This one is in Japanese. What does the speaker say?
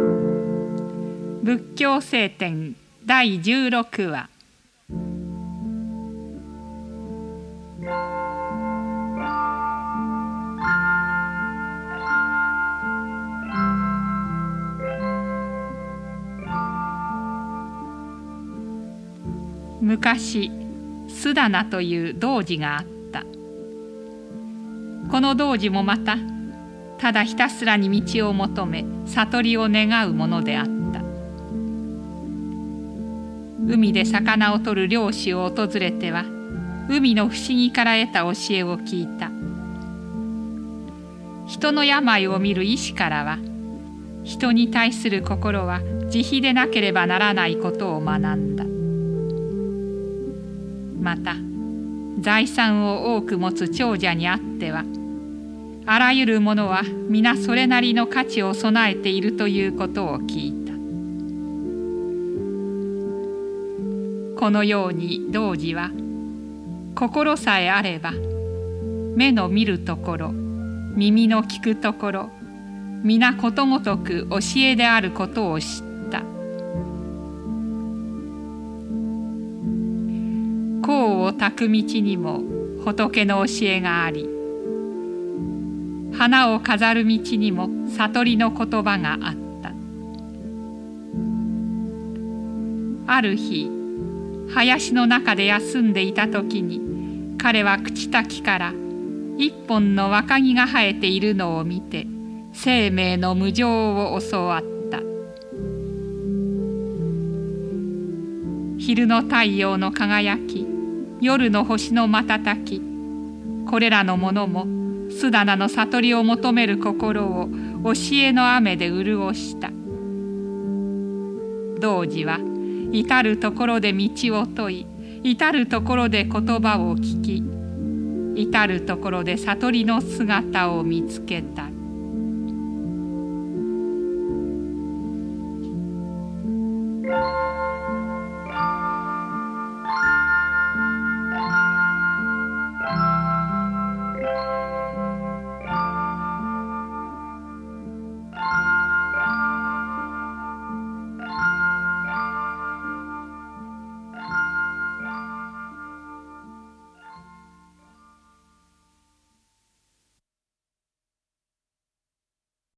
仏教聖典第16話。昔、須棚という童子があった。この童子もまた、ただひたすらに道を求め、悟りを願うものであった。海で魚を取る漁師を訪れては、海の不思議から得た教えを聞いた。人の病を見る医師からは、人に対する心は慈悲でなければならないことを学んだ。また、財産を多く持つ長者にあっては、あらゆるものは皆それなりの価値を備えているということを聞いた。このように童子は、心さえあれば、目の見るところ、耳の聞くところ、皆ことごとく教えであることを知った。功を焚く道にも仏の教えがあり、花を飾る道にも悟りの言葉があった。ある日、林の中で休んでいた時に、彼は朽ちた木から一本の若木が生えているのを見て、生命の無常を教わった。昼の太陽の輝き、夜の星の瞬き、これらのものも須棚の悟りを求める心を教えの雨で潤した。童子は至るところで道を問い、至るところで言葉を聞き、至るところで悟りの姿を見つけた。